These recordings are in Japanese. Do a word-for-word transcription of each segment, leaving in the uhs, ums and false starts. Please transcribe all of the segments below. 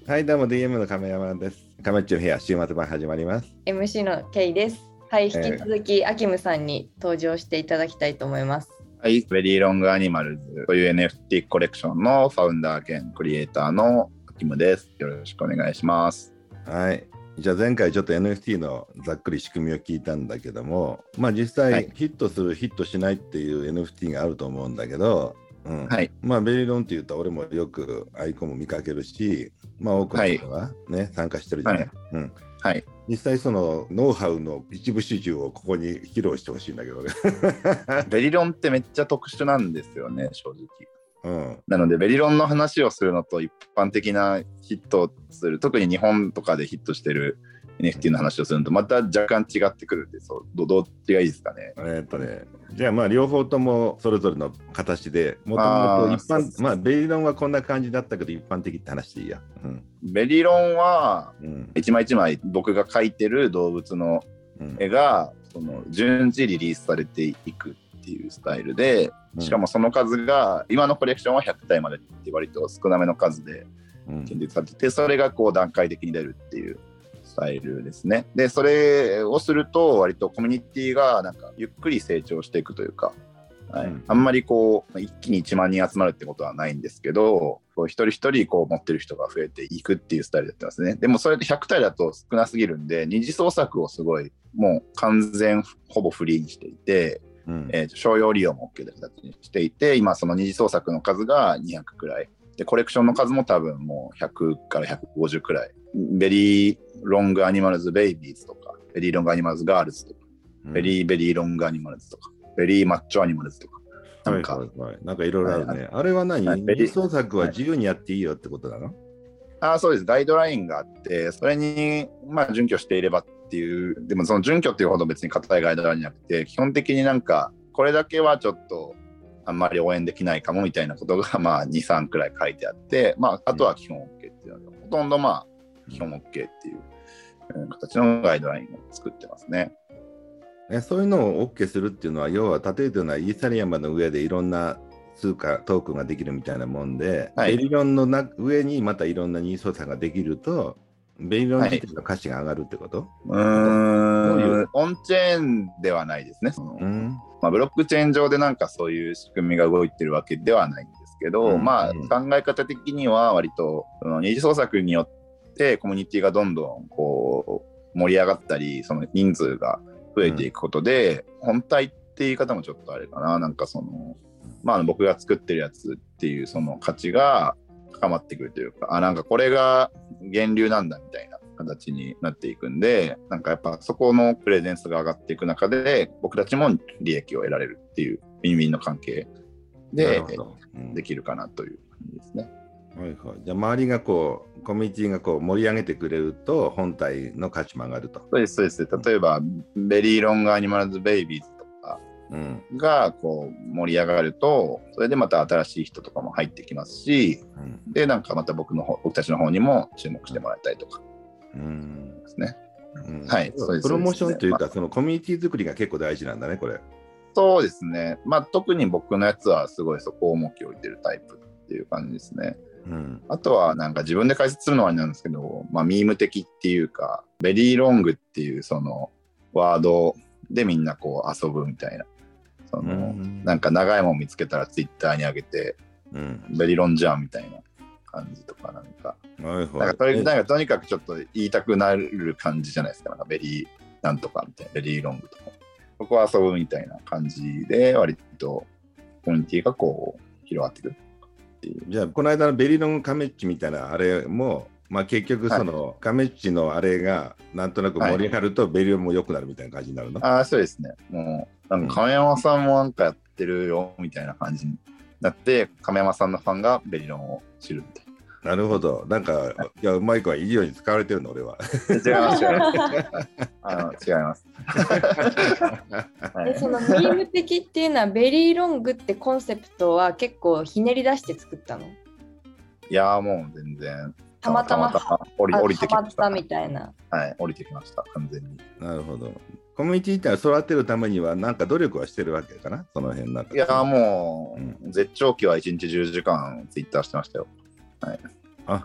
はい、どうも ディーエム の亀山です。亀っちの部屋、週末版始まります。 エムシー のケイです。はい、引き続き、えー、アキムさんに登場していただきたいと思います。 はい、ベリーロングアニマルズという エヌエフティー コレクションのファウンダー兼クリエイターのアキムです。よろしくお願いします。 はい。じゃあ前回ちょっと エヌエフティー のざっくり仕組みを聞いたんだけども、まあ実際ヒットする、はい、ヒットしないっていう エヌエフティー があると思うんだけど、うんはい、まあベリーロンっていうと俺もよくアイコンも見かけるし、まあ多くの人がね、はい、参加してるじゃない、はいうんはい、実際そのノウハウの一部始終をここに披露してほしいんだけどねベリロンってめっちゃ特殊なんですよね、正直。うん、なのでベリロンの話をするのと一般的なヒットする、特に日本とかでヒットしてる エヌエフティー の話をするのとまた若干違ってくるんで、そう ど, どっちがいいですかね。 えーっとねじゃあまあ両方ともそれぞれの形で、もともと一般まあベリロンはこんな感じだったけど一般的って話でいいや、うん、 ベリロンは一枚一枚僕が描いてる動物の絵がその順次リリースされていくっていうスタイルで、しかもその数が今のコレクションはひゃくたいまでって割と少なめの数で建立されてて、それがこう段階的に出るっていうスタイルですね。でそれをすると割とコミュニティがなんかゆっくり成長していくというか、はいうん、あんまりこう一気にいちまんにん集まるってことはないんですけど、こう一人一人こう持ってる人が増えていくっていうスタイルだったんですね。でもそれでひゃくたいだと少なすぎるんで、二次創作をすごいもう完全ほぼフリーにしていて、うんえー、商用利用も OK な形にしていて、今その二次創作の数がにひゃくくらいで、コレクションの数も多分もうひゃくからひゃくごじゅうくらい、ベリーロングアニマルズベイビーズとか、ベリーロングアニマルズガールズとか、うん、ベリーベリーロングアニマルズとか、ベリーマッチョアニマルズとか、 なんか、はいはいはい、なんかいろいろあるね。はい、あれは何、はい、二次創作は自由にやっていいよってことなの？はい、 あそうです。ガイドラインがあって、それに、まあ、準拠していればっていう、でもその準拠っていうほど別に固いガイドラインじゃなくて、基本的になんかこれだけはちょっとあんまり応援できないかもみたいなことがまあに、さんくらい書いてあって、まあ、あとは基本 OK っていうので、うん、ほとんどまあ基本 OK っていう、うん、形のガイドラインを作ってますね。 えそういうのを OK するっていうのは、要は例えばのはイーサリアムの上でいろんな通貨トークンができるみたいなもんで、はい、ベリロンのな上にまたいろんな二次創作ができると、ベリロン自体の価値が上がるってこと？はい、 うーんオンチェーンではないですね。そのうんまあ、ブロックチェーン上でなんかそういう仕組みが動いてるわけではないんですけど、うんまあ、考え方的には割とその二次創作によってコミュニティがどんどんこう盛り上がったり、その人数が増えていくことで、うん、本体って言い方もちょっとあれかな、なんかそのまあ僕が作ってるやつっていうその価値が高まってくるというか、あなんかこれが源流なんだみたいな形になっていくんで、なんかやっぱそこのプレゼンスが上がっていく中で僕たちも利益を得られるっていうウィンウィンの関係で、うん、できるかなという感じですね。 はいはい、じゃあ周りがこうコミュニティがこう盛り上げてくれると本体の価値も上がると。 そうですそうです。例えば、うん、ベリーロングアニマルズベイビーズとかがこう盛り上がると、それでまた新しい人とかも入ってきますし、うん、でなんかまた僕の方僕たちの方にも注目してもらいたいとか、うん、ですね。 うん、はい、そうです。プロモーションというか、まあ、そのコミュニティ作りが結構大事なんだねこれ。 そうですね。まあ特に僕のやつはすごいそこを重きを置いてるタイプっていう感じですね。うん、あとはなんか自分で解説するのはあれなんですけど、まあ、ミーム的っていうか、ベリーロングっていうそのワードでみんなこう遊ぶみたいな、その、うん、なんか長いもん見つけたらツイッターに上げて、うん、ベリロンじゃんみたいな感じとか、なんか、はいはい、なんかとになんかとにかくちょっと言いたくなる感じじゃないですか。なんかベリーなんとかみたいな、ベリーロングとか、ここは遊ぶみたいな感じで割とコミュニティがこう広がってくる。 じゃあこの間のベリロンカメッチみたいなあれも、まあ、結局その、はい、カメッチのあれがなんとなく盛り上がるとベリロンも良くなるみたいな感じになるの？ はい、ああそうですね。もうなんか亀山さんもなんかやってるよみたいな感じになって、うん、亀山さんのファンがベリロンを知るみたいな。 なるほど。なんか、はい、いやうまい子はいいように使われてるの俺は。 違います違います。あの違います。 はい、そのミーム的っていうのはベリーロングってコンセプトは結構ひねり出して作ったの？ いやもう全然たまたま降り降りてきました。 みたいな。 はい、降りてきました完全に。 なるほど。コミュニティって育てるためには何か努力はしてるわけかな、その辺なんか。 いやもう、うん、絶頂期はいちにちじゅうじかんツイッターしてましたよ。はい。 あ、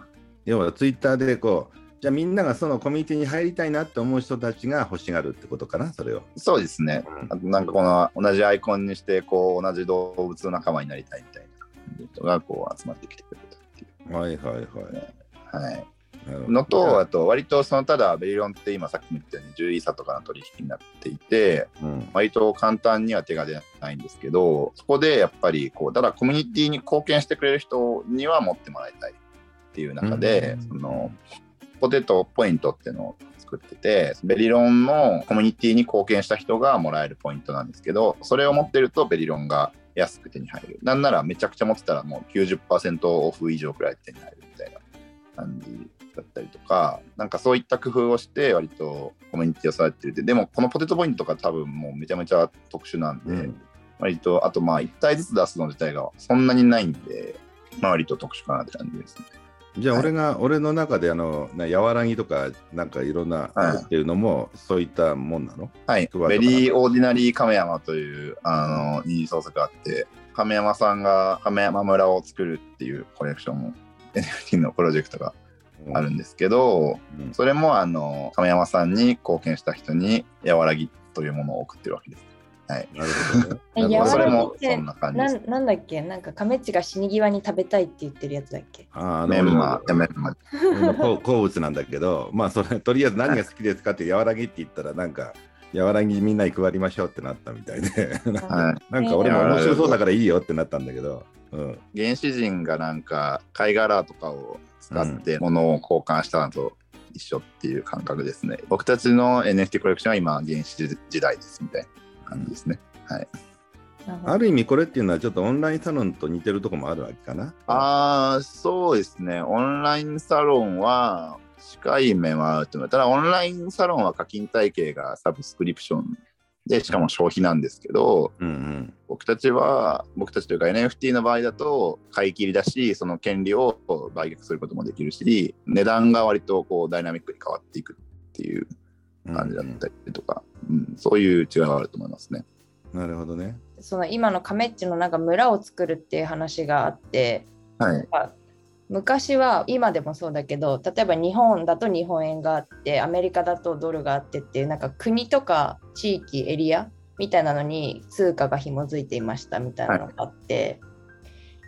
要はツイッターでこう、じゃあみんながそのコミュニティに入りたいなって思う人たちが欲しがるってことかな、それを。 そうですね。うん、あとなんかこの同じアイコンにしてこう同じ動物の仲間になりたいみたいな人がこう集まってきてくれたっていう。 はいはいはい。はい。のと、あと割とそのただベリロンって今さっきも言ったようにじゅうイーサとかの取引になっていて、うん、割と簡単には手が出ないんですけど、そこでやっぱりこうただコミュニティに貢献してくれる人には持ってもらいたいっていう中で、うん、そのポテトポイントっていうのを作ってて、ベリロンのコミュニティに貢献した人がもらえるポイントなんですけど、それを持ってるとベリロンが安く手に入る。なんならめちゃくちゃ持ってたらもう きゅうじゅっパーセント オフ以上くらい手に入るみたいな感じだったりとか、なんかそういった工夫をして割とコミュニティを育ててる。でもこのポテトポイントとか多分もうめちゃめちゃ特殊なんで、うん、割とあとまあいち体ずつ出すの自体がそんなにないんで、まあ、割と特殊かなって感じですね。 じゃあ俺が、はい、俺の中であの和らぎとかなんかいろんなっていうのもそういったもんなの？ はい、ベリーオーディナリー亀山というあの二次創作があって、亀山さんが亀山村を作るっていうコレクションも エヌエフティー のプロジェクトがあるんですけど、うん、それもあの亀山さんに貢献した人に和らぎというものを送ってるわけです。はい、なるほどね。まあそれもそんな感じです。 な, なんだっけ、なんか亀っちが死に際に食べたいって言ってるやつだっけ。 ああ、 メンマー、メンマー。好物なんだけど、まあそれとりあえず何が好きですかって和らぎって言ったらなんか和らぎみんなに配りましょうってなったみたいで、はい、なんか俺も面白そうだからいいよってなったんだけど、うん、 原始人がなんか貝殻とかを使って物を交換したのと一緒っていう感覚ですね。うん、僕たちの エヌエフティー コレクションは今原始時代ですみたいな感じですね。はい。 ある意味これっていうのはちょっとオンラインサロンと似てるところもあるわけかな。 ああ、そうですね。オンラインサロンは近い面はあると思う。ただオンラインサロンは課金体系がサブスクリプションでしかも消費なんですけど、うんうん、僕たちは僕たちというか エヌエフティー の場合だと買い切りだし、その権利を売却することもできるし、値段が割とこうダイナミックに変わっていくっていう感じだったりとか、うんうん、そういう違いがあると思いますね。 なるほどね。 その今の亀っちのなんか村を作るっていう話があって、はい、昔は今でもそうだけど、例えば日本だと日本円があってアメリカだとドルがあってっていうなんか国とか地域エリアみたいなのに通貨が紐づいていましたみたいなのがあって、はい、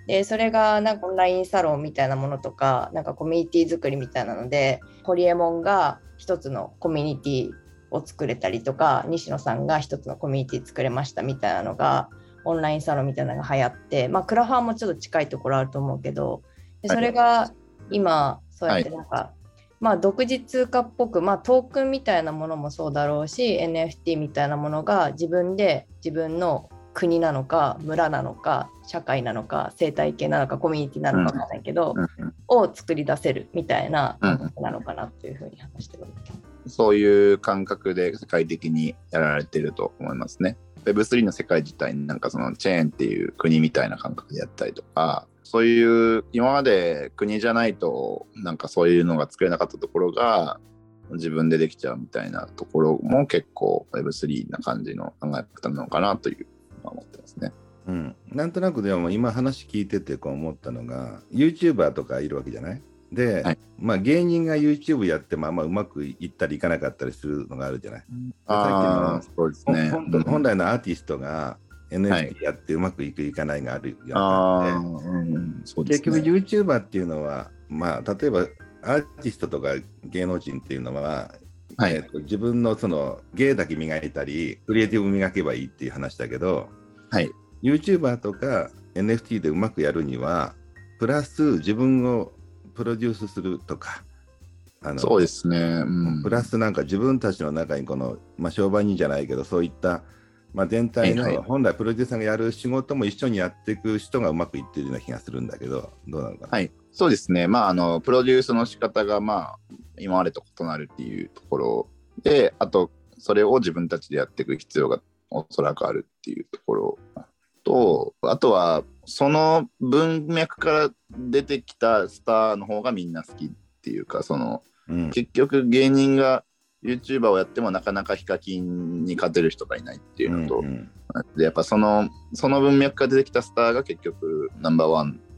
でそれがなんかオンラインサロンみたいなものとかなんかコミュニティ作りみたいなのでホリエモンが一つのコミュニティを作れたりとか西野さんが一つのコミュニティ作れましたみたいなのがオンラインサロンみたいなのが流行って、まあクラファンもちょっと近いところあると思うけど、でそれが今そうやってなんか、はい、まあ独自通貨っぽく、まあトークンみたいなものもそうだろうし エヌエフティー みたいなものが自分で自分の国なのか村なのか社会なのか生態系なのかコミュニティなのかわからないけど、うんうん、を作り出せるみたいな感覚なのかなというふうに話してる、 うん、そういう感覚で世界的にやられてると思いますね。 ウェブスリー の世界自体になんかそのチェーンっていう国みたいな感覚でやったりとか、そういう今まで国じゃないとなんかそういうのが作れなかったところが自分でできちゃうみたいなところも結構 ウェブスリー な感じの考え方なのかなという思ってますね。 うん、なんとなくでも今話聞いててこう思ったのが YouTuber とかいるわけじゃないで、はい、まあ芸人が YouTube やってもあんまうまくいったりいかなかったりするのがあるじゃない。 あさっきのそうですね、 本, 本来のアーティストが エヌエフティー やってうまくいくいかないがあるようなので、うんそうですね、結局 YouTuber っていうのは、まあ、例えばアーティストとか芸能人っていうのは、はいえー、と自分のその芸だけ磨いたりクリエイティブ磨けばいいっていう話だけど、はい、YouTuber とか エヌエフティー でうまくやるにはプラス自分をプロデュースするとか、 あのそうですね、うん、プラスなんか自分たちの中にこの、まあ、商売人じゃないけどそういった、まあ、全体の本来プロデューサーがやる仕事も一緒にやっていく人がうまくいってるような気がするんだけど、どうなのかな。 はい、そうですね、まあ、あのプロデュースの仕方がまあ今までと異なるっていうところで、あとそれを自分たちでやっていく必要がおそらくあるっていうところと、あとはその文脈から出てきたスターの方がみんな好きっていうか、その、うん、結局芸人が YouTuber をやってもなかなかヒカキンに勝てる人がいないっていうのと、うんうん、でやっぱそのその文脈から出てきたスターが結局ナンバーワン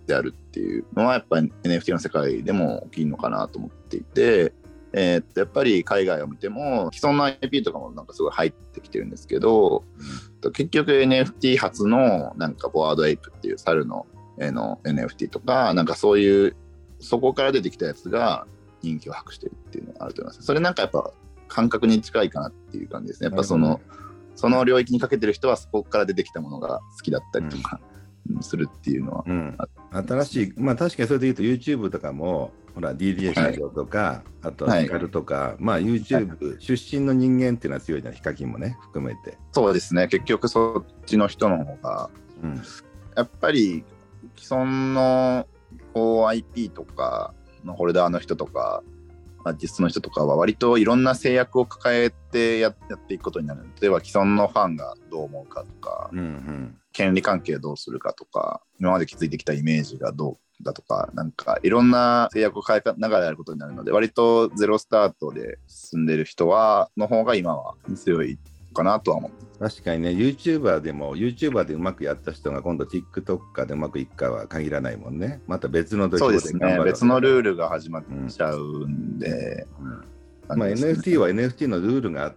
であるっていうのはやっぱり エヌエフティー の世界でも大きいのかなと思っていて、えー、っとやっぱり海外を見ても既存の アイピー とかもなんかすごい入ってきてるんですけど、うん、結局 エヌエフティー 初のなんかボワードエイプっていう猿の絵の エヌエフティー とかなんかそういうそこから出てきたやつが人気を博してるっていうのがあると思います。それなんかやっぱ感覚に近いかなっていう感じですね。やっぱその、その領域にかけてる人はそこから出てきたものが好きだったりとか、うん、するっていうのは、うん、 新しい、まあ確かにそれで言うと YouTube とかもほら ディーディーエー 社長とか、はい、あとヒカルとか、はい、まあ YouTube 出身の人間っていうのは強いじゃない、ヒカキンもね含めて。 そうですね、結局そっちの人の方が、うん、やっぱり既存のこう アイピー とかのホルダーの人とかアーティストの人とかは割といろんな制約を抱えて や, やっていくことになる。例えば既存のファンがどう思うかとか、うんうん、権利関係どうするかとか、今まで築いてきたイメージがどうだとか、なんかいろんな制約を変えながらやることになるので、割とゼロスタートで進んでる人はの方が今は強いかなとは思ってます。 確かにね、YouTuber でも YouTuber でうまくやった人が今度 TikToker でうまくいくかは限らないもんね。また別の土俵で頑張る。そうですね、別のルールが始まっちゃうんで、うんうんまあ、エヌエフティー は エヌエフティー のルールがあって、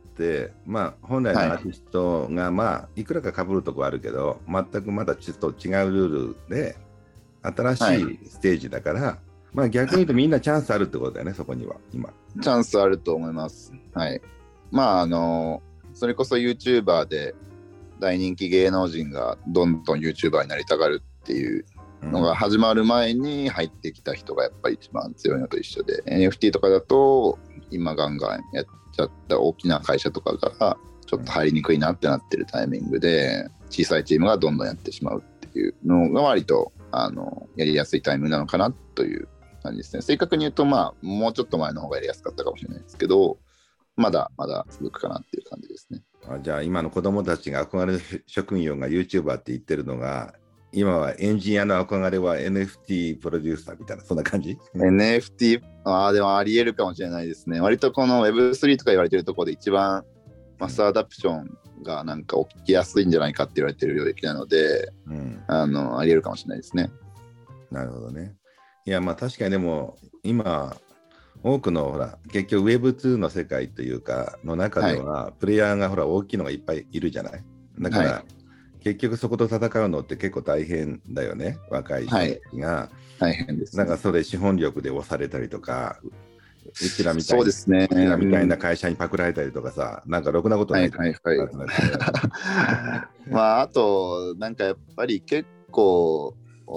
まあ、本来のアーティストが、はいまあ、いくらか被るところあるけど、全くまだちょっと違うルールで新しいステージだから、はいまあ、逆に言うとみんなチャンスあるってことだよね、そこには今。 チャンスあると思います。はい。まあ、あの、それこそ YouTuber で大人気芸能人がどんどん YouTuber になりたがるっていうのが始まる前に入ってきた人がやっぱり一番強いのと一緒で、 エヌエフティー とかだと今ガンガンやっちゃった大きな会社とかがちょっと入りにくいなってなってるタイミングで小さいチームがどんどんやってしまうっていうのが割とあのやりやすいタイミングなのかなという感じですね。正確に言うとまあもうちょっと前の方がやりやすかったかもしれないですけど、まだまだ続くかなっていう感じですね。 あ、じゃあ今の子供たちが憧れる職業が YouTuber って言ってるのが、今はエンジニアの憧れは エヌエフティー プロデューサーみたいな、そんな感じ？ エヌエフティー、ああ、でもありえるかもしれないですね。割とこの ウェブスリー とか言われてるところで一番マスアダプションがなんか起きやすいんじゃないかって言われてる領域なので、うん、あのありえるかもしれないですね。 なるほどね。いや、まあ確かにでも今多くのほら結局 ウェブツー の世界というかの中では、はい、プレイヤーがほら大きいのがいっぱいいるじゃない。だから、はい、結局そこと戦うのって結構大変だよね、若い人たちが、はい、 大変です、 ね、なんかそれ資本力で押されたりとか、うちらみたいそうですね、 うちらみたいな会社にパクられたりとかさ、なんかろくなことない。はいはいはい、 まああとなんかやっぱり結構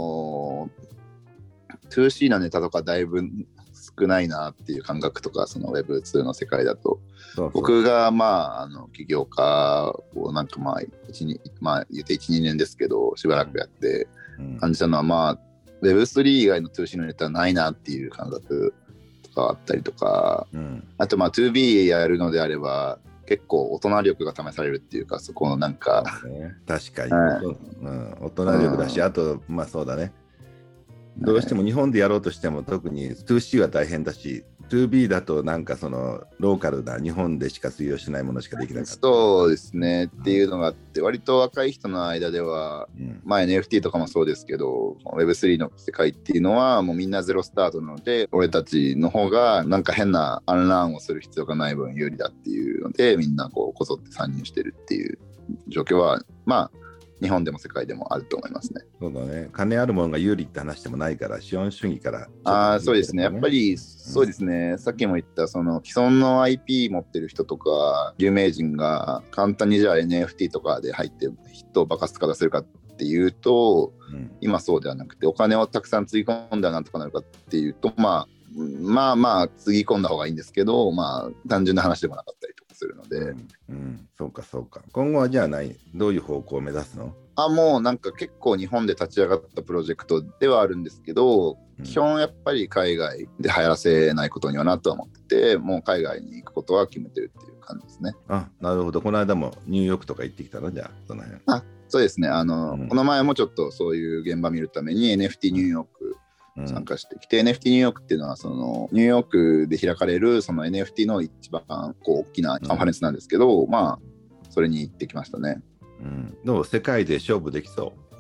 ツーシー のネタとかだいぶ少ないなっていう感覚とか、その ウェブツー の世界だと、そうそう、僕がまああの起業家をなんかまあいち、にまあ言っていち、にねんですけどしばらくやって感じたのは、まあ ウェブスリー 以外の ツーシー のネタはないなっていう感覚とかあったりとか、うん、あとまあ ツービー やるのであれば結構大人力が試されるっていうか、そこのなんか、 ね、確かに、はい、うん、大人力だし、うん、あとまあそうだね、どうしても日本でやろうとしても特に ツーシー は大変だし、ツービー だとなんかそのローカルな日本でしか通用しないものしかできなかった。 そうですね、っていうのがあって、割と若い人の間では、うん、まあ エヌエフティー とかもそうですけど ウェブスリー の世界っていうのはもうみんなゼロスタートなので、俺たちの方がなんか変なアンランをする必要がない分有利だっていうので、みんなこうこぞって参入してるっていう状況はまあ日本でも世界でもあると思いますね。 そうだね。金あるものが有利って話でもないから、資本主義から、ね。 ああ、そうですね。やっぱり、そうですね。うん、さっきも言ったその既存の アイピー 持ってる人とか有名人が簡単にじゃあ エヌエフティー とかで入ってヒットを爆発化出せるかっていうと、うん、今そうではなくて、お金をたくさんつぎ込んだらなんとかなるかっていうと、まあまあまあつぎ込んだ方がいいんですけど、まあ単純な話でもなかったりとかするので、うんうん、そうかそうか。今後はじゃあないどういう方向を目指すの？ あもうなんか結構日本で立ち上がったプロジェクトではあるんですけど、うん、基本やっぱり海外で流行らせないことにはなとは思ってて、もう海外に行くことは決めてるっていう感じですね。 あ、なるほど。この間もニューヨークとか行ってきたの？じゃあその辺。 あ、そうですね。あの、うん、この前もちょっとそういう現場見るために エヌエフティー ニューヨーク参加してきて、うん、エヌエフティー ニューヨークっていうのはそのニューヨークで開かれるその エヌエフティー の一番こう大きなカンファレンスなんですけど、うん、まあそれに行ってきましたね。 うん、どう世界で勝負できそ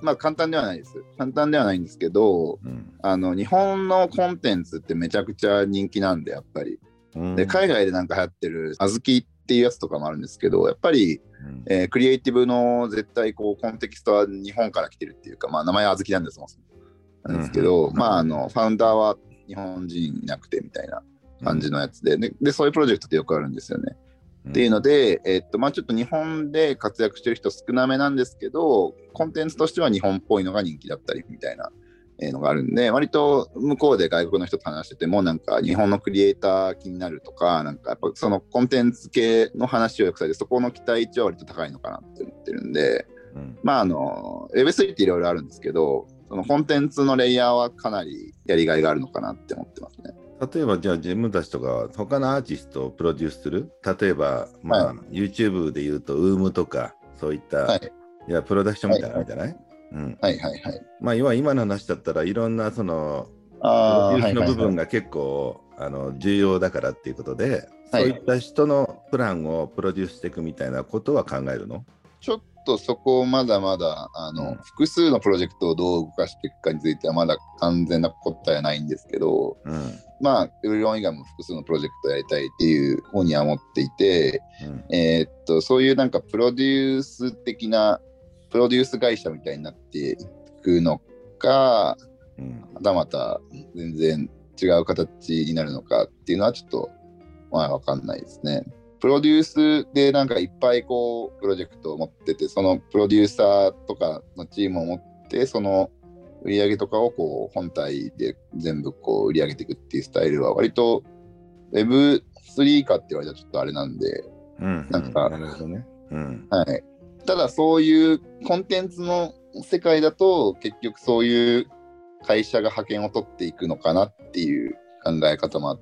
まあ簡単ではないです。簡単ではないんですけど、うん、あの日本のコンテンツってめちゃくちゃ人気なんで、やっぱり。うん、で、海外でなんか流行ってるあずきっていうやつとかもあるんですけど、やっぱり、うんえー、クリエイティブの絶対こうコンテキストは日本から来てるっていうか、まあ名前はあずきなんですもん。なんですけど、うん、まああのファウンダーは日本人いなくてみたいな感じのやつで、うん、で, でそういうプロジェクトってよくあるんですよね。うん、っていうので、えーっとまあ、ちょっと日本で活躍してる人少なめなんですけど、コンテンツとしては日本っぽいのが人気だったりみたいなのがあるんで、割と向こうで外国の人と話しててもなんか日本のクリエイター気になるとか、なんかやっぱそのコンテンツ系の話をよくされて、そこの期待値は割と高いのかなって思ってるんで、うん、まああの ウェブスリー っていろいろあるんですけど、そのコンテンツのレイヤーはかなりやりがいがあるのかなって思ってますね。 例えばじゃあ自分たちとか他のアーティストをプロデュースする、例えば、まあはい、YouTube でいうと ウーム とかそういった、はい、いやプロダクションみたいなのじゃない？ はいはいはい。 まあ要は今の話だったらいろんなそのプロデュースの部分が結構、はいはいはい、あの重要だからっていうことで、はい、そういった人のプランをプロデュースしていくみたいなことは考えるの？ ちょっとそこをまだまだあの、うん、複数のプロジェクトをどう動かしていくかについてはまだ完全な答えはないんですけど、うん、まあウェブロン以外も複数のプロジェクトをやりたいっていう方には思っていて、うん、えー、っとそういうなんかプロデュース的なプロデュース会社みたいになっていくのか、うん、はたまた全然違う形になるのかっていうのはちょっとまあ分かんないですね。プロデュースでなんかいっぱいこうプロジェクトを持ってて、そのプロデューサーとかのチームを持ってその売り上げとかをこう本体で全部こう売り上げていくっていうスタイルは割と ウェブスリー かって言われたらちょっとあれなんで、うん、なんか、なるほどね、うん、はい。ただそういうコンテンツの世界だと結局そういう会社が覇権を取っていくのかなっていう考え方もあって、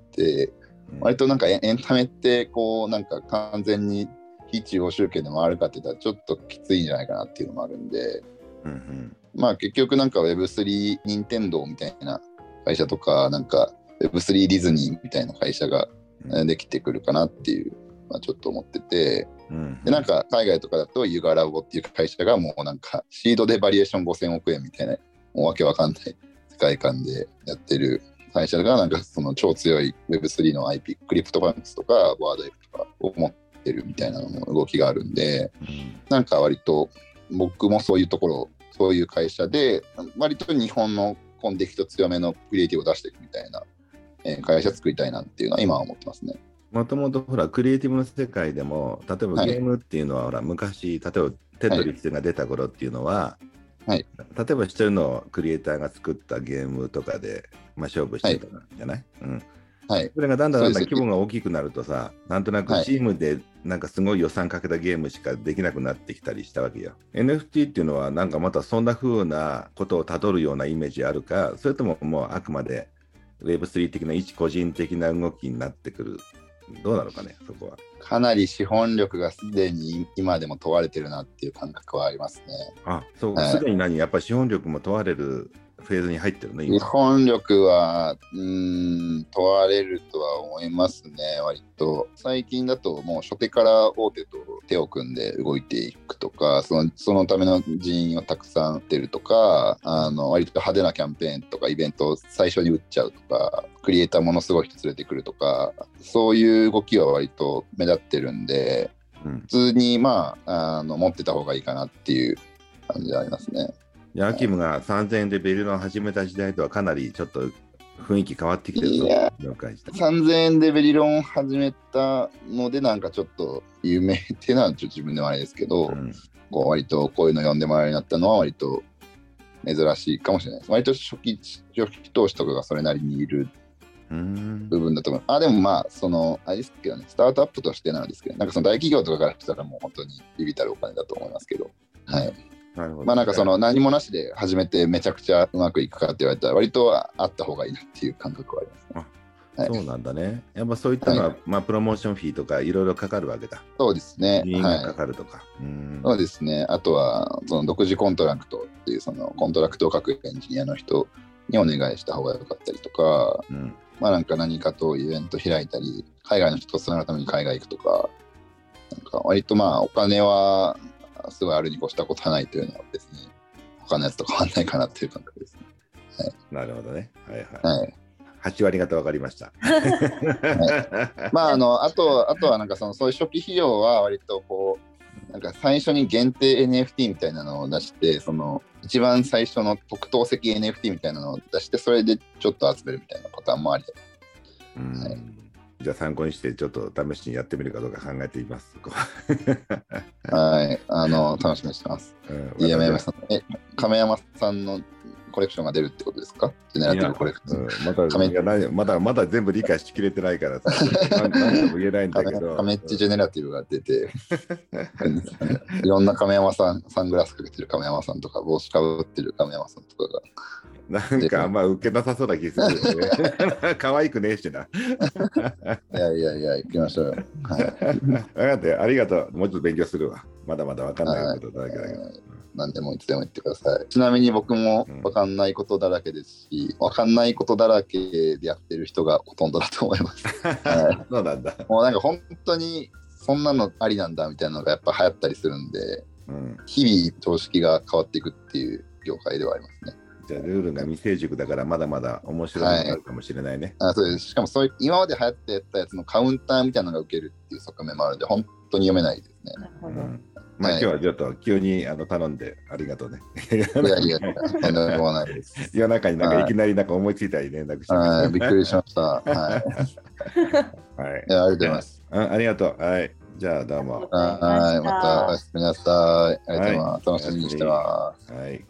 割となんかエンタメってこうなんか完全に非中央集権で回るかって言ったらちょっときついんじゃないかなっていうのもあるんで、うんうん、まあ結局なんか ウェブスリー 任天堂みたいな会社とかなんか ウェブスリー ディズニーみたいな会社ができてくるかなっていう、まあ、ちょっと思ってて、うんうん、でなんか海外とかだとユガラボっていう会社がもうなんかシードでバリエーションごせんおくえんみたいなもうわけわかんない世界観でやってる会社がなんかその超強い ウェブスリー の アイピー、クリプトバンクスとかワードエプとかを持ってるみたいなのも動きがあるんで、うん、なんか割と僕もそういうところ、そういう会社で割と日本のコンテキスト強めのクリエイティブを出していくみたいな、えー、会社作りたいなっていうのは今は思ってますね。 もともとほらクリエイティブの世界でも例えばゲームっていうのは、はい、ほら昔例えばテトリスが出た頃っていうのは、はい、例えば一人のクリエイターが作ったゲームとかで、まあ、勝負してたんじゃない、はい、うんはい、それがだんだんだんだん規模が大きくなるとさ、なんとなくチームでなんかすごい予算かけたゲームしかできなくなってきたりしたわけよ。エヌエフティー っていうのはなんかまたそんな風なことをたどるようなイメージあるか、それとももうあくまで ウェブスリー 的な一個人的な動きになってくる。どうなのかね、そこは。 かなり資本力がすでに今でも問われてるなっていう感覚はありますね。 あ、そう、すでに何、やっぱり資本力も問われるフェーズに入ってるね、今。 資本力はうーん問われるとは思いますね。割と最近だともう初手から大手と手を組んで動いていくとか、その、そのための人員をたくさん出るとか、あの割と派手なキャンペーンとかイベントを最初に打っちゃうとか、クリエイターものすごい人連れてくるとか、そういう動きは割と目立ってるんで、うん、普通にまあ、あの持ってた方がいいかなっていう感じはありますね。 アキムがさんぜんえんでベルロンを始めた時代とはかなりちょっと雰囲気変わってきてると了解した。 さんぜんえんでベリロンを始めたのでなんかちょっと有名っていうのはちょっと自分ではあれですけど、うん、こう割とこういうの読んでもらえるようになったのは割と珍しいかもしれないです。割と初期、初期投資とかがそれなりにいる部分だと思う。あ、でもまあそのあれですけどね、スタートアップとしてなんですけど、なんかその大企業とかからしたらもう本当にビビたるお金だと思いますけど、はい。なるほど。まあなんかその何もなしで始めてめちゃくちゃうまくいくかって言われたら割とあった方がいいなっていう感覚はあります、ね。 あ、はい、そうなんだね。やっぱそういったのは、はい、まあプロモーションフィーとかいろいろかかるわけだ。 そうですね。 人員がかかるとか、はい、 うん。そうですね。あとはその独自コントラクトっていうそのコントラクトを書くエンジニアの人にお願いした方がよかったりとか、うん、まあなんか何かとイベント開いたり、海外の人とつながるために海外行くとか、なんか割とまあお金はすごいあるに越したことはないというのは別に他のやつと変わんないかなっていう感覚ですね。 はい、なるほどね。はいはい。はい、はち割方分かりました。 はい、まああのあとあとはなんかそのそういう初期費用は割とこうなんか最初に限定 エヌエフティー みたいなのを出して、その一番最初の特等席 エヌエフティー みたいなのを出して、それでちょっと集めるみたいなパターンもありだと。 うん、はい、じゃあ参考にしてちょっと試しにやってみるかどうか考えてみます。 はい、あの楽しみにしてます。うん、山山さん、え、亀山さんのコレクションが出るってことですか？狙ってるコレクション。うん、 まだいやないまだまだ全部理解しきれてないからさ、何とも言えないんだけど。 カメッチジェネラティブが出て、いろんな亀山さん、サングラスかけてる亀山さんとか、帽子かぶってる亀山さんとかが。 なんかあんま受けなさそうな気するよね。可愛くねえしな。 いやいやいや、行きましょうよ。はい、 分かって、ありがとう。もうちょっと勉強するわ。まだまだ分かんないことだらけだけど。 何でもいつでも言ってください。ちなみに僕も分かんないことだらけですし、分かんないことだらけでやってる人がほとんどだと思います。 はい、そうなんだ。 もうなんか本当にそんなのありなんだみたいなのがやっぱ流行ったりするんで、うん、日々常識が変わっていくっていう業界ではありますね。 じゃあルールが未成熟だからまだまだ面白いのがあるかもしれないね。 はい、あそうです。しかもそういう今まで流行ってやったやつのカウンターみたいなのが受けるっていう側面もあるんで、本当に読めないですね。なるほど。うんまあ、今日はちょっと急にあの頼んでありがとうね。 いやいや、とんでもないです。 夜中になんかいきなりなんか思いついたり連絡して、 はい、びっくりしました。はい。はい、いやありがとうございます。 あ。ありがとう。はい。じゃあどうも。 はい、またおやすみなさい。ありがとうございます。楽しみにしてます。 はい。